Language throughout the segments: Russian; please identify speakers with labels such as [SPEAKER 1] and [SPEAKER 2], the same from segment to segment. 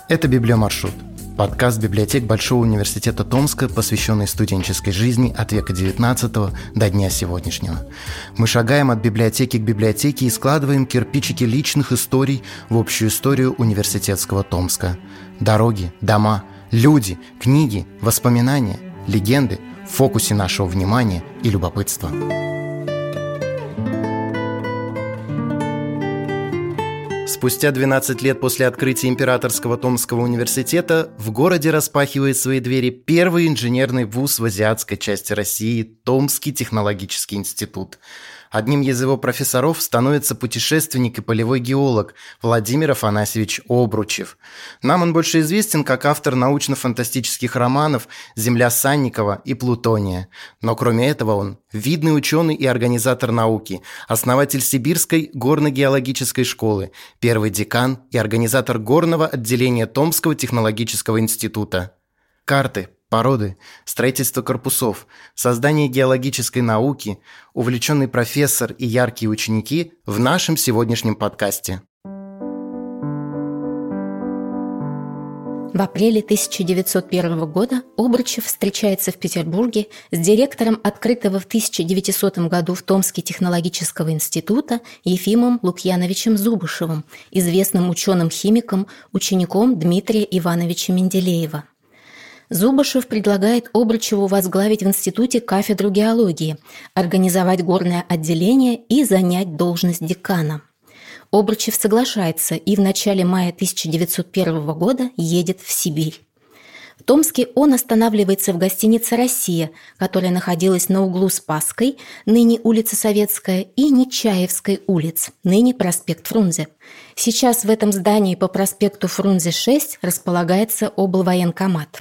[SPEAKER 1] Это «Библиомаршрут» – подкаст библиотек Большого университета Томска, посвященный студенческой жизни от века XIX до дня сегодняшнего. Мы шагаем от библиотеки к библиотеке и складываем кирпичики личных историй в общую историю университетского Томска. Дороги, дома, люди, книги, воспоминания, легенды в фокусе нашего внимания и любопытства. Спустя 12 лет после открытия Императорского Томского университета в городе распахивает свои двери первый инженерный вуз в азиатской части России – Томский технологический институт. Одним из его профессоров становится путешественник и полевой геолог Владимир Афанасьевич Обручев. Нам он больше известен как автор научно-фантастических романов «Земля Санникова» и «Плутония». Но кроме этого он видный ученый и организатор науки, основатель Сибирской горно-геологической школы, первый декан и организатор горного отделения Томского технологического института. Карты, породы, строительство корпусов, создание геологической науки, увлеченный профессор и яркие ученики в нашем сегодняшнем подкасте.
[SPEAKER 2] В апреле 1901 года Обручев встречается в Петербурге с директором открытого в 1900 году в Томске технологического института Ефимом Лукьяновичем Зубышевым, известным ученым-химиком, учеником Дмитрия Ивановича Менделеева. Зубышев предлагает Обручеву возглавить в институте кафедру геологии, организовать горное отделение и занять должность декана. Обручев соглашается и в начале мая 1901 года едет в Сибирь. В Томске он останавливается в гостинице «Россия», которая находилась на углу Спасской, ныне улица Советская, и Нечаевской улиц, ныне проспект Фрунзе. Сейчас в этом здании по проспекту Фрунзе 6 располагается облвоенкомат.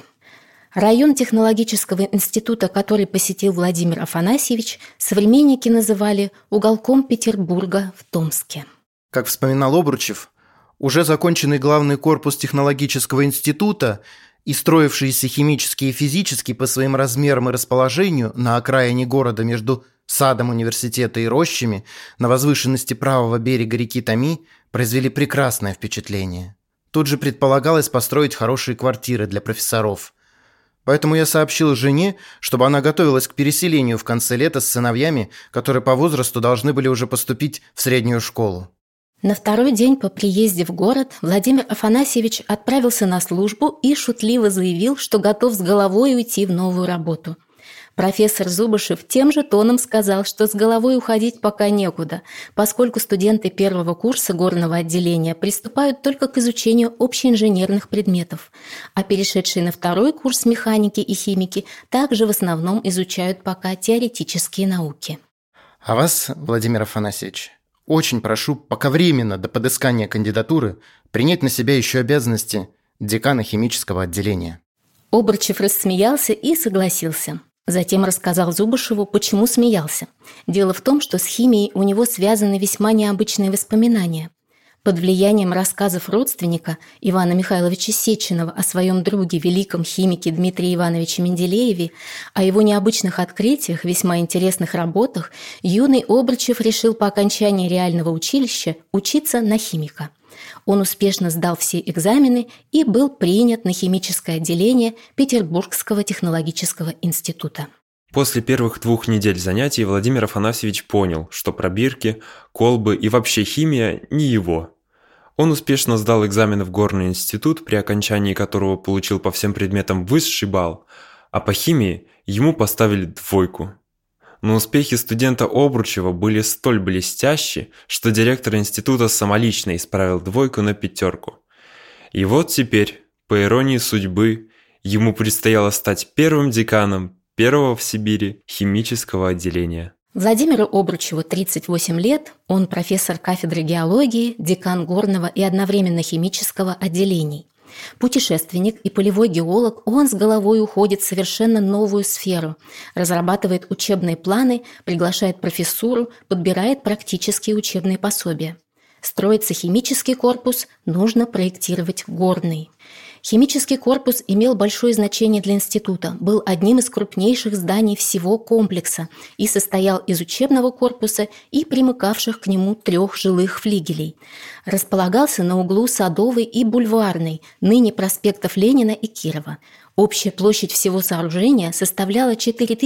[SPEAKER 2] Район технологического института, который посетил Владимир Афанасьевич, современники называли уголком Петербурга в Томске.
[SPEAKER 1] Как вспоминал Обручев, уже законченный главный корпус технологического института и строившиеся химически и физически по своим размерам и расположению на окраине города между садом университета и рощами на возвышенности правого берега реки Томи произвели прекрасное впечатление. Тут же предполагалось построить хорошие квартиры для профессоров. Поэтому я сообщил жене, чтобы она готовилась к переселению в конце лета с сыновьями, которые по возрасту должны были уже поступить в среднюю школу.
[SPEAKER 2] На второй день по приезде в город Владимир Афанасьевич отправился на службу и шутливо заявил, что готов с головой уйти в новую работу. Профессор Зубышев тем же тоном сказал, что с головой уходить пока некуда, поскольку студенты первого курса горного отделения приступают только к изучению общеинженерных предметов, а перешедшие на второй курс механики и химики также в основном изучают пока теоретические науки.
[SPEAKER 1] А вас, Владимир Афанасьевич, очень прошу пока временно до подыскания кандидатуры принять на себя еще обязанности декана химического отделения.
[SPEAKER 2] Обручев рассмеялся и согласился. Затем рассказал Зубышеву, почему смеялся. Дело в том, что с химией у него связаны весьма необычные воспоминания. Под влиянием рассказов родственника Ивана Михайловича Сеченова о своем друге, великом химике Дмитрии Ивановиче Менделееве, о его необычных открытиях, весьма интересных работах, юный Обручев решил по окончании реального училища учиться на химика. Он успешно сдал все экзамены и был принят на химическое отделение Петербургского технологического института.
[SPEAKER 3] После первых 2 недель занятий Владимир Афанасьевич понял, что пробирки, колбы и вообще химия не его. Он успешно сдал экзамены в горный институт, при окончании которого получил по всем предметам высший балл, а по химии ему поставили 2. Но успехи студента Обручева были столь блестящи, что директор института самолично исправил 2 на 5. И вот теперь, по иронии судьбы, ему предстояло стать первым деканом первого в Сибири химического отделения.
[SPEAKER 2] Владимиру Обручеву 38 лет, он профессор кафедры геологии, декан горного и одновременно химического отделений. Путешественник и полевой геолог, он с головой уходит в совершенно новую сферу, разрабатывает учебные планы, приглашает профессуру, подбирает практические учебные пособия. Строится химический корпус, нужно проектировать горный. Химический корпус имел большое значение для института, был одним из крупнейших зданий всего комплекса и состоял из учебного корпуса и примыкавших к нему 3 жилых флигелей. Располагался на углу Садовой и Бульварной, ныне проспектов Ленина и Кирова. Общая площадь всего сооружения составляла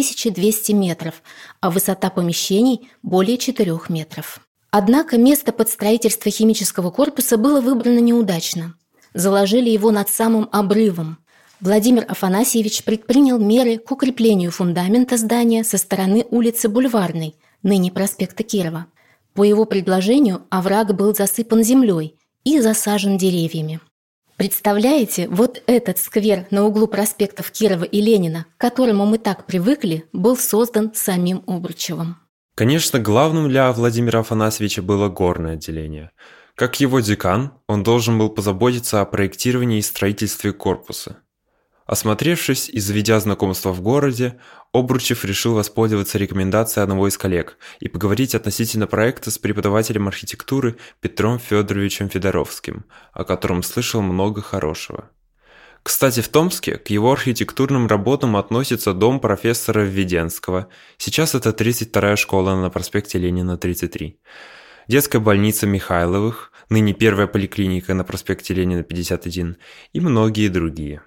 [SPEAKER 2] 4200 метров, а высота помещений – более 4 метров. Однако место под строительство химического корпуса было выбрано неудачно. Заложили его над самым обрывом. Владимир Афанасьевич предпринял меры к укреплению фундамента здания со стороны улицы Бульварной, ныне проспекта Кирова. По его предложению овраг был засыпан землей и засажен деревьями. Представляете, вот этот сквер на углу проспектов Кирова и Ленина, к которому мы так привыкли, был создан самим Обручевым.
[SPEAKER 3] Конечно, главным для Владимира Афанасьевича было горное отделение. Как его декан, он должен был позаботиться о проектировании и строительстве корпуса. Осмотревшись и заведя знакомство в городе, Обручев решил воспользоваться рекомендацией одного из коллег и поговорить относительно проекта с преподавателем архитектуры Петром Федоровичем Федоровским, о котором слышал много хорошего. Кстати, в Томске к его архитектурным работам относится дом профессора Введенского, сейчас это 32-я школа на проспекте Ленина, 33. Детская больница Михайловых, ныне первая поликлиника на проспекте Ленина, 51, и многие другие.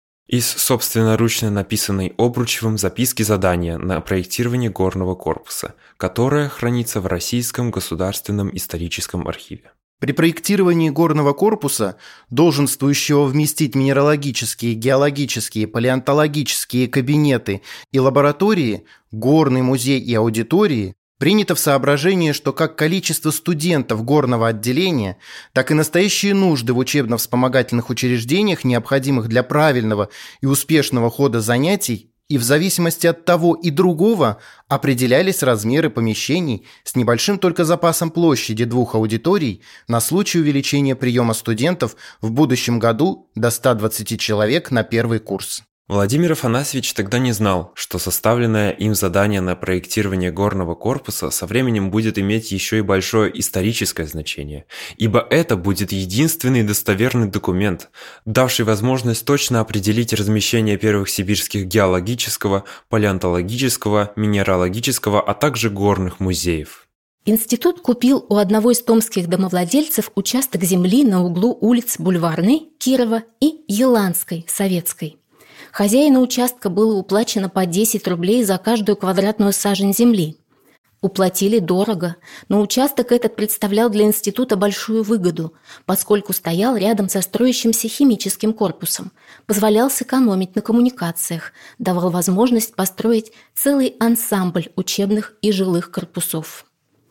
[SPEAKER 3] Из собственноручно написанной Обручевым записки задания на проектирование горного корпуса, которая хранится в Российском государственном историческом архиве.
[SPEAKER 1] При проектировании горного корпуса, долженствующего вместить минералогические, геологические, палеонтологические кабинеты и лаборатории, горный музей и аудитории, принято в соображение, что как количество студентов горного отделения, так и настоящие нужды в учебно-вспомогательных учреждениях, необходимых для правильного и успешного хода занятий, и в зависимости от того и другого определялись размеры помещений с небольшим только запасом площади 2 аудиторий на случай увеличения приема студентов в будущем году до 120 человек на первый курс.
[SPEAKER 3] Владимир Афанасьевич тогда не знал, что составленное им задание на проектирование горного корпуса со временем будет иметь еще и большое историческое значение, ибо это будет единственный достоверный документ, давший возможность точно определить размещение первых сибирских геологического, палеонтологического, минералогического, а также горных музеев.
[SPEAKER 2] Институт купил у одного из томских домовладельцев участок земли на углу улиц Бульварной, Кирова и Еланской, Советской. Хозяину участка было уплачено по 10 рублей за каждую квадратную сажень земли. Уплатили дорого, но участок этот представлял для института большую выгоду, поскольку стоял рядом со строящимся химическим корпусом, позволял сэкономить на коммуникациях, давал возможность построить целый ансамбль учебных и жилых корпусов.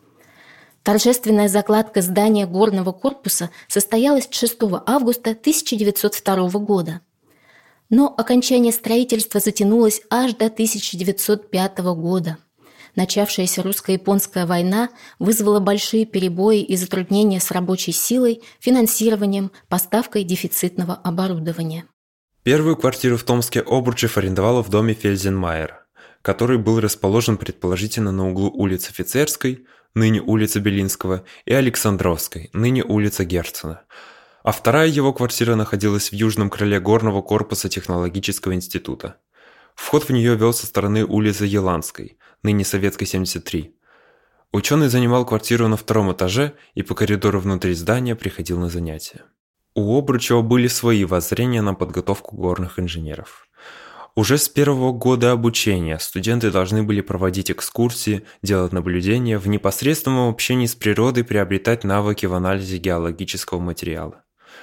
[SPEAKER 2] Торжественная закладка здания горного корпуса состоялась 6 августа 1902 года. Но окончание строительства затянулось аж до 1905 года. Начавшаяся русско-японская война вызвала большие перебои и затруднения с рабочей силой, финансированием, поставкой дефицитного оборудования.
[SPEAKER 3] Первую квартиру в Томске Обручев арендовал в доме Фельзенмайера, который был расположен предположительно на углу улицы Офицерской, ныне улица Белинского, и Александровской, ныне улица Герцена. А вторая его квартира находилась в южном крыле горного корпуса технологического института. Вход в нее вел со стороны улицы Еланской, ныне Советской, 73. Ученый занимал квартиру на 2-м этаже и по коридору внутри здания приходил на занятия. У Обручева были свои воззрения на подготовку горных инженеров. Уже с первого года обучения студенты должны были проводить экскурсии, делать наблюдения, в непосредственном общении с природой приобретать навыки в анализе геологического материала.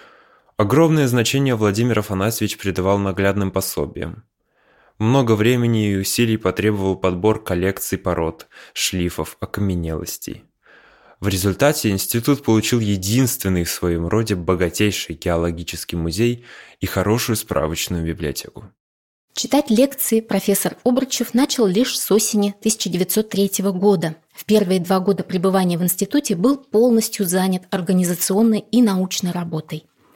[SPEAKER 3] Огромное значение Владимир Афанасьевич придавал наглядным пособиям. Много времени и усилий потребовал подбор коллекций пород, шлифов, окаменелостей. В результате институт получил единственный в своем роде богатейший геологический музей и хорошую справочную библиотеку.
[SPEAKER 2] Читать лекции профессор Обручев начал лишь с осени 1903 года. В первые 2 года пребывания в институте был полностью занят организационной и научной работой.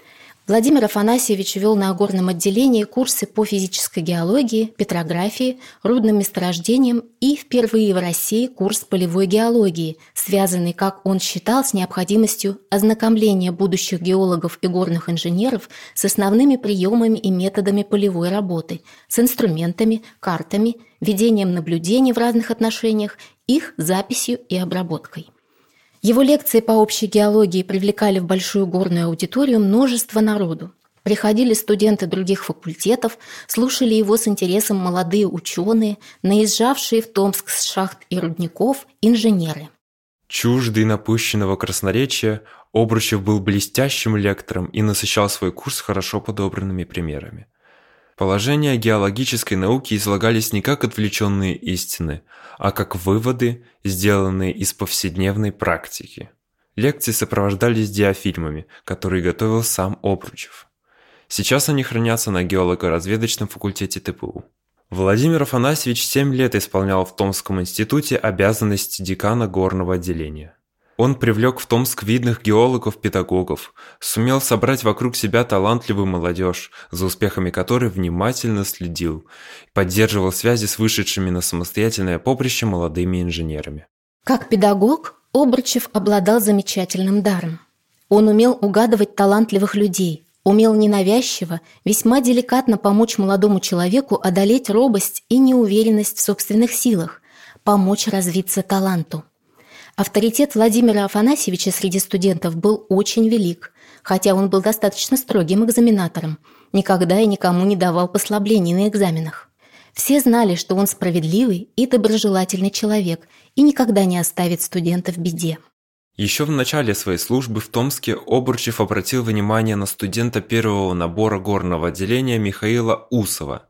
[SPEAKER 2] Владимир Афанасьевич вел на горном отделении курсы по физической геологии, петрографии, рудным месторождениям и впервые в России курс полевой геологии, связанный, как он считал, с необходимостью ознакомления будущих геологов и горных инженеров с основными приемами и методами полевой работы, с инструментами, картами, ведением наблюдений в разных отношениях, их записью и обработкой. Его лекции по общей геологии привлекали в большую горную аудиторию множество народу. Приходили студенты других факультетов, слушали его с интересом молодые ученые, наезжавшие в Томск с шахт и рудников инженеры.
[SPEAKER 3] Чуждый напыщенного красноречия, Обручев был блестящим лектором и насыщал свой курс хорошо подобранными примерами. Положения геологической науки излагались не как отвлеченные истины, а как выводы, сделанные из повседневной практики. Лекции сопровождались диафильмами, которые готовил сам Обручев. Сейчас они хранятся на геолого-разведочном факультете ТПУ. Владимир Афанасьевич 7 лет исполнял в Томском институте обязанности декана горного отделения. Он привлек в Томск видных геологов-педагогов, сумел собрать вокруг себя талантливую молодежь, за успехами которой внимательно следил, поддерживал связи с вышедшими на самостоятельное поприще молодыми инженерами.
[SPEAKER 2] Как педагог Обручев обладал замечательным даром. Он умел угадывать талантливых людей, умел ненавязчиво, весьма деликатно помочь молодому человеку одолеть робость и неуверенность в собственных силах, помочь развиться таланту. Авторитет Владимира Афанасьевича среди студентов был очень велик, хотя он был достаточно строгим экзаменатором, никогда и никому не давал послаблений на экзаменах. Все знали, что он справедливый и доброжелательный человек и никогда не оставит студента в беде.
[SPEAKER 3] Еще в начале своей службы в Томске Обручев обратил внимание на студента первого набора горного отделения Михаила Усова.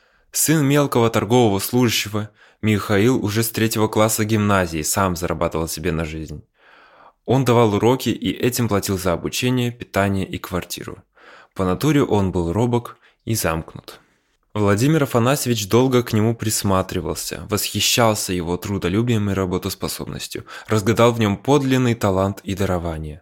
[SPEAKER 3] Сын мелкого торгового служащего, Михаил уже с 3 класса гимназии сам зарабатывал себе на жизнь. Он давал уроки и этим платил за обучение, питание и квартиру. По натуре он был робок и замкнут. Владимир Афанасьевич долго к нему присматривался, восхищался его трудолюбием и работоспособностью, разгадал в нем подлинный талант и дарование.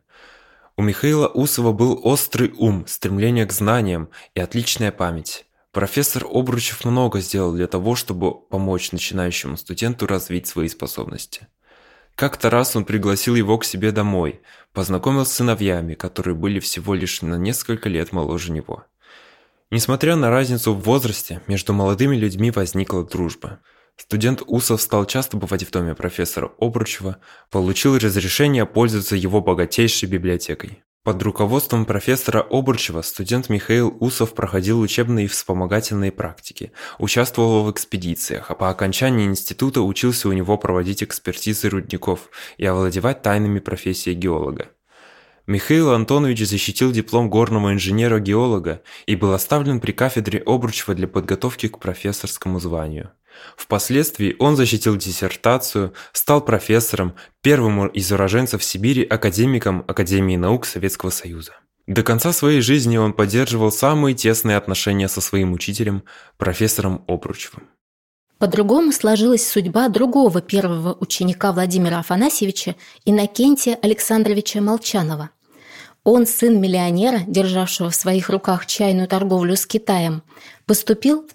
[SPEAKER 3] У Михаила Усова был острый ум, стремление к знаниям и отличная память. Профессор Обручев много сделал для того, чтобы помочь начинающему студенту развить свои способности. Как-то раз он пригласил его к себе домой, познакомил с сыновьями, которые были всего лишь на несколько лет моложе него. Несмотря на разницу в возрасте, между молодыми людьми возникла дружба. Студент Усов стал часто бывать в доме профессора Обручева, получил разрешение пользоваться его богатейшей библиотекой. Под руководством профессора Обручева студент Михаил Усов проходил учебные и вспомогательные практики, участвовал в экспедициях, а по окончании института учился у него проводить экспертизы рудников и овладевать тайнами профессии геолога. Михаил Антонович защитил диплом горного инженера-геолога и был оставлен при кафедре Обручева для подготовки к профессорскому званию. Впоследствии он защитил диссертацию, стал профессором, первым из уроженцев Сибири академиком Академии наук Советского Союза. До конца своей жизни он поддерживал самые тесные отношения со своим учителем, профессором Обручевым.
[SPEAKER 2] По-другому сложилась судьба другого первого ученика Владимира Афанасьевича, Иннокентия Александровича Молчанова. Он, сын миллионера, державшего в своих руках чайную торговлю с Китаем, поступил в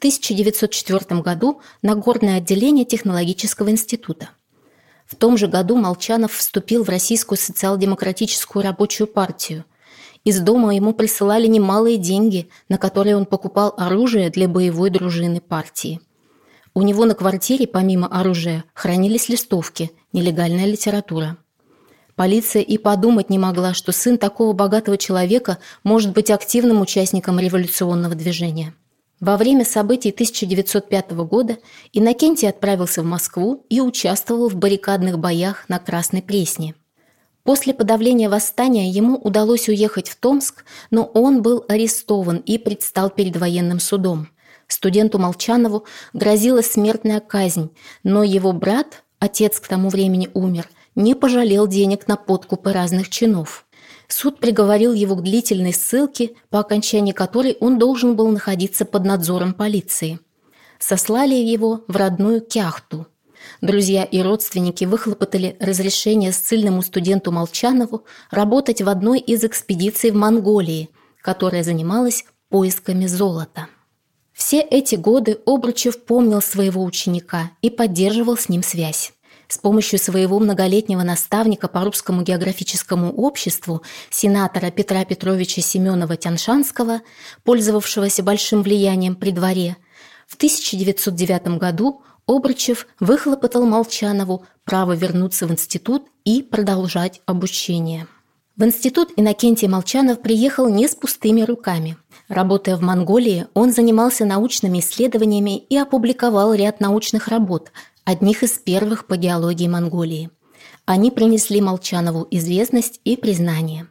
[SPEAKER 2] 1904 году на горное отделение технологического института. В том же году Молчанов вступил в Российскую социал-демократическую рабочую партию. Из дома ему присылали немалые деньги, на которые он покупал оружие для боевой дружины партии. У него на квартире, помимо оружия, хранились листовки, нелегальная литература. Полиция и подумать не могла, что сын такого богатого человека может быть активным участником революционного движения. Во время событий 1905 года Иннокентий отправился в Москву и участвовал в баррикадных боях на Красной Пресне. После подавления восстания ему удалось уехать в Томск, но он был арестован и предстал перед военным судом. Студенту Молчанову грозила смертная казнь, но его брат, отец к тому времени умер, не пожалел денег на подкупы разных чинов. Суд приговорил его к длительной ссылке, по окончании которой он должен был находиться под надзором полиции. Сослали его в родную Кяхту. Друзья и родственники выхлопотали разрешение ссыльному студенту Молчанову работать в одной из экспедиций в Монголии, которая занималась поисками золота. Все эти годы Обручев помнил своего ученика и поддерживал с ним связь. С помощью своего многолетнего наставника по Русскому географическому обществу, сенатора Петра Петровича Семенова-Тяншанского, пользовавшегося большим влиянием при дворе, в 1909 году Обручев выхлопотал Молчанову право вернуться в институт и продолжать обучение. В институт Иннокентий Молчанов приехал не с пустыми руками. Работая в Монголии, он занимался научными исследованиями и опубликовал ряд научных работ, одних из первых по геологии Монголии. Они принесли Молчанову известность и признание.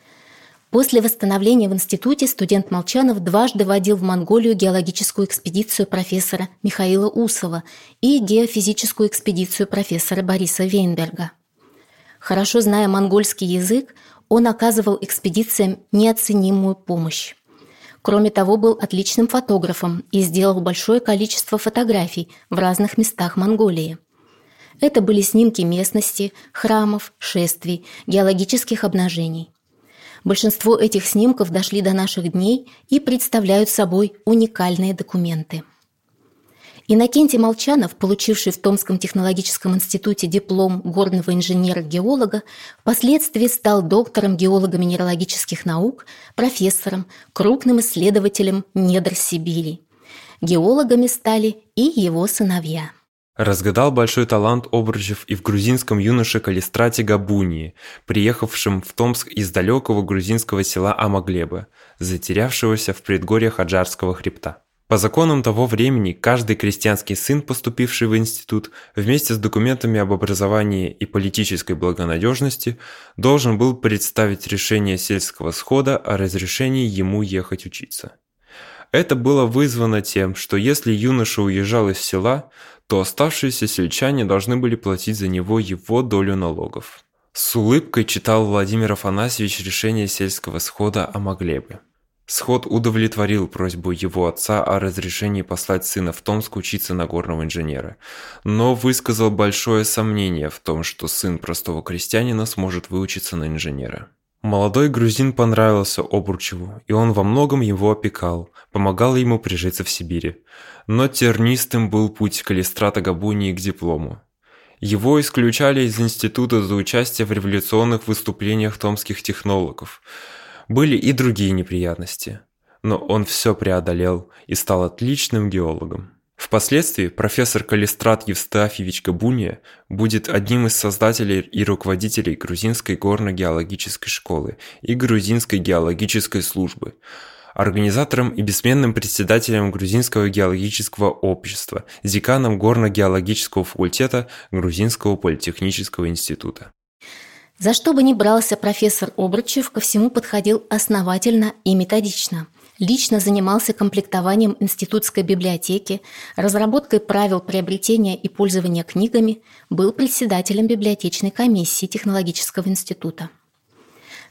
[SPEAKER 2] После восстановления в институте студент Молчанов дважды водил в Монголию геологическую экспедицию профессора Михаила Усова и геофизическую экспедицию профессора Бориса Вейнберга. Хорошо зная монгольский язык, он оказывал экспедициям неоценимую помощь. Кроме того, был отличным фотографом и сделал большое количество фотографий в разных местах Монголии. Это были снимки местности, храмов, шествий, геологических обнажений. Большинство этих снимков дошли до наших дней и представляют собой уникальные документы. Иннокентий Молчанов, получивший в Томском технологическом институте диплом горного инженера-геолога, впоследствии стал доктором геолого-минералогических наук, профессором, крупным исследователем недр Сибири. Геологами стали и его сыновья.
[SPEAKER 3] Разгадал большой талант Обручев и в грузинском юноше Калистрате Габунии, приехавшем в Томск из далекого грузинского села Амаглеба, затерявшегося в предгорьях Аджарского хребта. По законам того времени каждый крестьянский сын, поступивший в институт, вместе с документами об образовании и политической благонадежности, должен был представить решение сельского схода о разрешении ему ехать учиться. Это было вызвано тем, что если юноша уезжал из села, то оставшиеся сельчане должны были платить за него его долю налогов. С улыбкой читал Владимир Афанасьевич решение сельского схода о Амаглебе. Сход удовлетворил просьбу его отца о разрешении послать сына в Томск учиться на горного инженера, но высказал большое сомнение в том, что сын простого крестьянина сможет выучиться на инженера. Молодой грузин понравился Обручеву, и он во многом его опекал, помогал ему прижиться в Сибири. Но тернистым был путь Калистрата Габунии к диплому. Его исключали из института за участие в революционных выступлениях томских технологов. Были и другие неприятности, но он все преодолел и стал отличным геологом. Впоследствии профессор Калистрат Евстафьевич Габуния будет одним из создателей и руководителей Грузинской горно-геологической школы и Грузинской геологической службы, организатором и бессменным председателем Грузинского геологического общества, деканом горно-геологического факультета Грузинского политехнического института.
[SPEAKER 2] За что бы ни брался профессор Обручев, ко всему подходил основательно и методично. Лично занимался комплектованием институтской библиотеки, разработкой правил приобретения и пользования книгами, был председателем библиотечной комиссии технологического института. В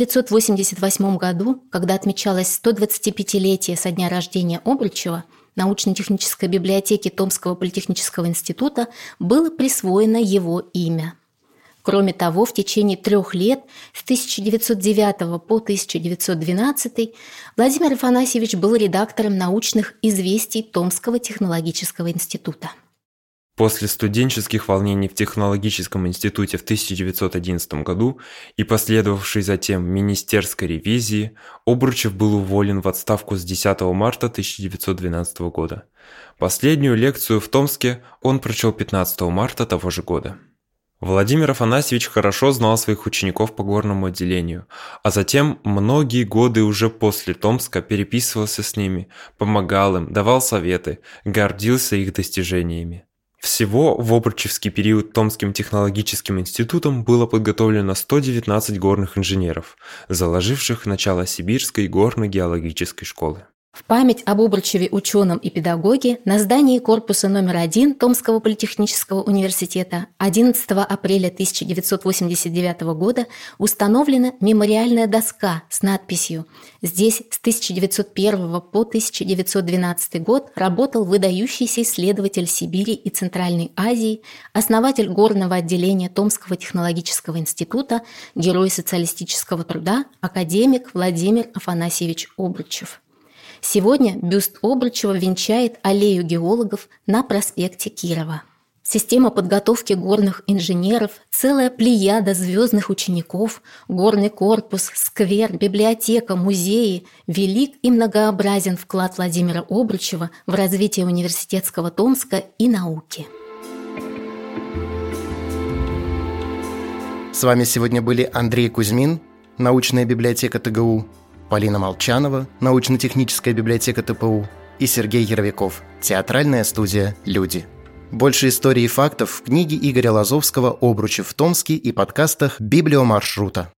[SPEAKER 2] 1988 году, когда отмечалось 125-летие со дня рождения Обручева, научно-технической библиотеке Томского политехнического института было присвоено его имя. Кроме того, в течение 3 лет, с 1909 по 1912, Владимир Афанасьевич был редактором научных известий Томского технологического института.
[SPEAKER 3] После студенческих волнений в технологическом институте в 1911 году и последовавшей затем министерской ревизии, Обручев был уволен в отставку с 10 марта 1912 года. Последнюю лекцию в Томске он прочел 15 марта того же года. Владимир Афанасьевич хорошо знал своих учеников по горному отделению, а затем многие годы уже после Томска переписывался с ними, помогал им, давал советы, гордился их достижениями. Всего в обручевский период Томским технологическим институтом было подготовлено 119 горных инженеров, заложивших начало Сибирской горно-геологической школы.
[SPEAKER 2] В память об Обручеве ученом и педагоге на здании корпуса номер 1 Томского политехнического университета 11 апреля 1989 года установлена мемориальная доска с надписью «Здесь с 1901 по 1912 год работал выдающийся исследователь Сибири и Центральной Азии, основатель горного отделения Томского технологического института, герой социалистического труда, академик Владимир Афанасьевич Обручев». Сегодня бюст Обручева венчает аллею геологов на проспекте Кирова. Система подготовки горных инженеров, целая плеяда звездных учеников, горный корпус, сквер, библиотека, музеи – велик и многообразен вклад Владимира Обручева в развитие университетского Томска и науки.
[SPEAKER 1] С вами сегодня были Андрей Кузьмин, научная библиотека ТГУ, Полина Молчанова, научно-техническая библиотека ТПУ и Сергей Яровиков, театральная студия «Люди». Больше историй и фактов в книге Игоря Лазовского «Обручев в Томске» и подкастах «Библиомаршрута».